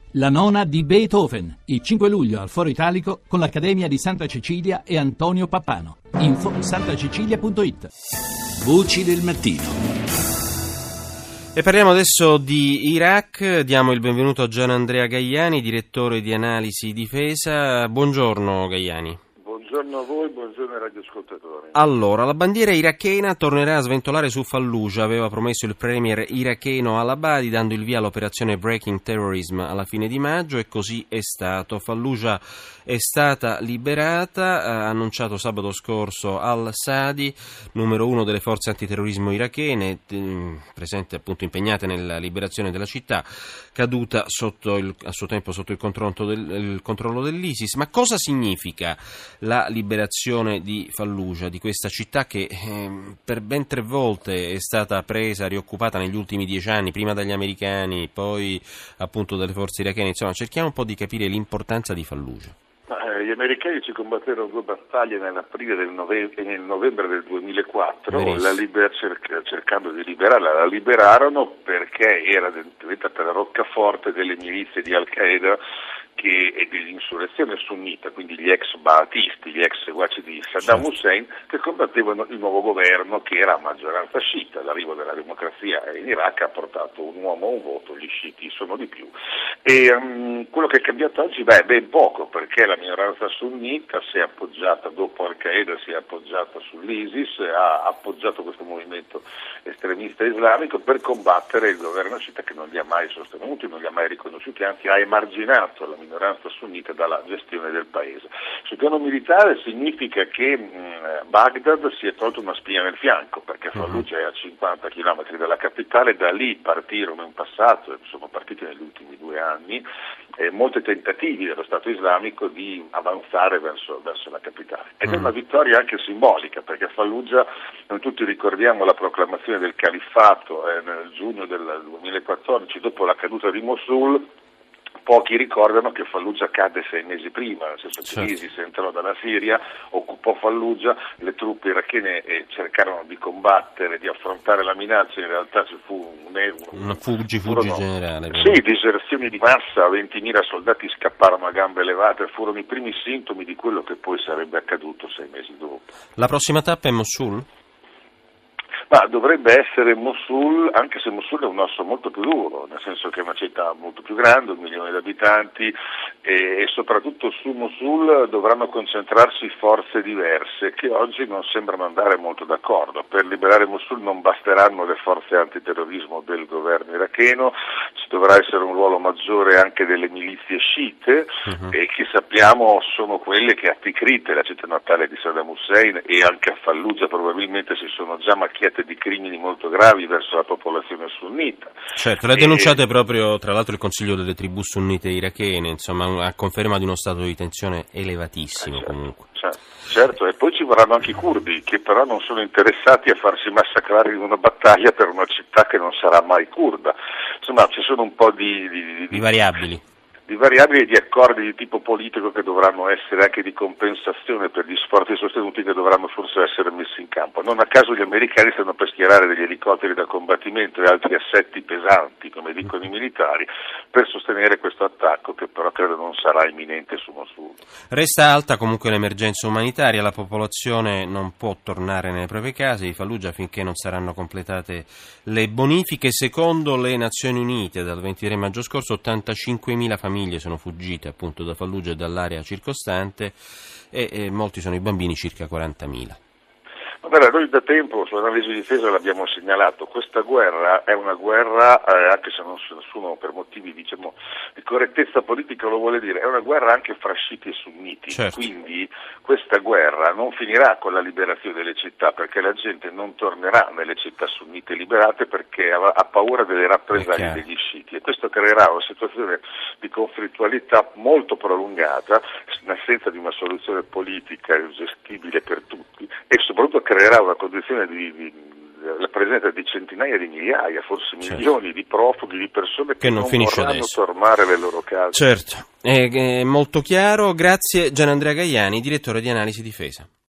La nona di Beethoven, il 5 luglio al Foro Italico con l'Accademia di Santa Cecilia e Antonio Pappano. Info santacecilia.it. Voci del mattino. E parliamo adesso di Iraq. Diamo il benvenuto a Gianandrea Gaiani, direttore di Analisi Difesa. Buongiorno Gaiani. Buongiorno a voi, buongiorno ai radioascoltatori. Allora, la bandiera irachena tornerà a sventolare su Fallujah, aveva promesso il premier iracheno al-Abadi dando il via all'operazione Breaking Terrorism alla fine di maggio, e così è stato. Fallujah è stata liberata, ha annunciato sabato scorso al-Sadi, numero uno delle forze antiterrorismo irachene, presente appunto impegnate nella liberazione della città, caduta a suo tempo sotto il controllo dell'ISIS. Ma cosa significa la liberazione di Fallujah, di questa città che per ben 3 volte è stata presa, rioccupata negli ultimi 10 anni, prima dagli americani, poi appunto dalle forze irachene? Insomma, cerchiamo un po' di capire l'importanza di Fallujah. Gli americani ci combatterono 2 battaglie nell'aprile e nel novembre del 2004, cercando di liberarla. La liberarono perché era diventata la roccaforte delle milizie di Al-Qaeda e dell'insurrezione sunnita, quindi gli ex baathisti, gli ex seguaci di Saddam Hussein, che combattevano il nuovo governo che era a maggioranza sciita. L'arrivo della democrazia in Iraq ha portato un uomo a un voto, gli sciiti sono di più. E quello che è cambiato oggi, ben poco, perché la minoranza sunnita si è appoggiata, dopo Al-Qaeda si è appoggiata sull'ISIS, ha appoggiato questo movimento estremista islamico per combattere il governo sciita, che non li ha mai sostenuti, non li ha mai riconosciuti, anzi ha emarginato la minoranza sunnita dalla gestione del paese. Sul piano militare significa che Baghdad si è tolto una spina nel fianco, perché Fallujah è a 50 km dalla capitale. Da lì partirono in passato, sono partiti negli ultimi 2 anni, molti tentativi dello Stato islamico di avanzare verso la capitale. Ed è una vittoria anche simbolica, perché a Fallujah noi tutti ricordiamo la proclamazione del califfato nel giugno del 2014, dopo la caduta di Mosul. Pochi ricordano che Fallujah cadde 6 mesi prima, nel senso che l'ISIS entrò dalla Siria, occupò Fallujah, le truppe irachene cercarono di combattere, di affrontare la minaccia. In realtà ci fu una fuggi generale. Sì, diserzioni di massa, 20.000 soldati scapparono a gambe levate, furono i primi sintomi di quello che poi sarebbe accaduto 6 mesi dopo. La prossima tappa è Mosul? Ma dovrebbe essere Mosul, anche se Mosul è un osso molto più duro, nel senso che è una città molto più grande, 1 milione di abitanti, e soprattutto su Mosul dovranno concentrarsi forze diverse che oggi non sembrano andare molto d'accordo. Per liberare Mosul non basteranno le forze antiterrorismo del governo iracheno, ci dovrà essere un ruolo maggiore anche delle milizie sciite, che sappiamo sono quelle che a Tikrit, la città natale di Saddam Hussein, e anche a Fallujah probabilmente si sono già macchiate di crimini molto gravi verso la popolazione sunnita. Certo, l'ha denunciate proprio tra l'altro il Consiglio delle tribù sunnite irachene, insomma, a conferma di uno stato di tensione elevatissimo. Certo, comunque. Certo, e poi ci vorranno anche i curdi, che però non sono interessati a farsi massacrare in una battaglia per una città che non sarà mai curda. Insomma, ci sono un po' di variabili. Di variabili e di accordi di tipo politico che dovranno essere anche di compensazione per gli sforzi sostenuti, che dovranno forse essere messi in campo. Non a caso gli americani stanno per schierare degli elicotteri da combattimento e altri assetti pesanti, come dicono i militari, per sostenere questo attacco, che però credo non sarà imminente su Mosul. Resta alta comunque l'emergenza umanitaria, la popolazione non può tornare nelle proprie case di Fallujah finché non saranno completate le bonifiche. Secondo le Nazioni Unite, dal 23 maggio scorso 85.000 famiglie sono fuggite appunto da Fallujah e dall'area circostante, e molti sono i bambini, circa 40.000. Guarda, noi da tempo sull'analisi di difesa l'abbiamo segnalato, questa guerra è una guerra, anche se nessuno per motivi di correttezza politica lo vuole dire, è una guerra anche fra sciiti e sunniti, Quindi questa guerra non finirà con la liberazione delle città, perché la gente non tornerà nelle città sunnite liberate perché ha paura delle rappresaglie degli sciiti, e questo creerà una situazione di conflittualità molto prolungata in assenza di una soluzione politica gestibile per tutti, e soprattutto creerà una condizione la presenza di centinaia di migliaia, forse milioni di profughi, di persone che non vorranno tornare alle loro case. Certo, è molto chiaro. Grazie Gianandrea Gaiani, direttore di Analisi Difesa.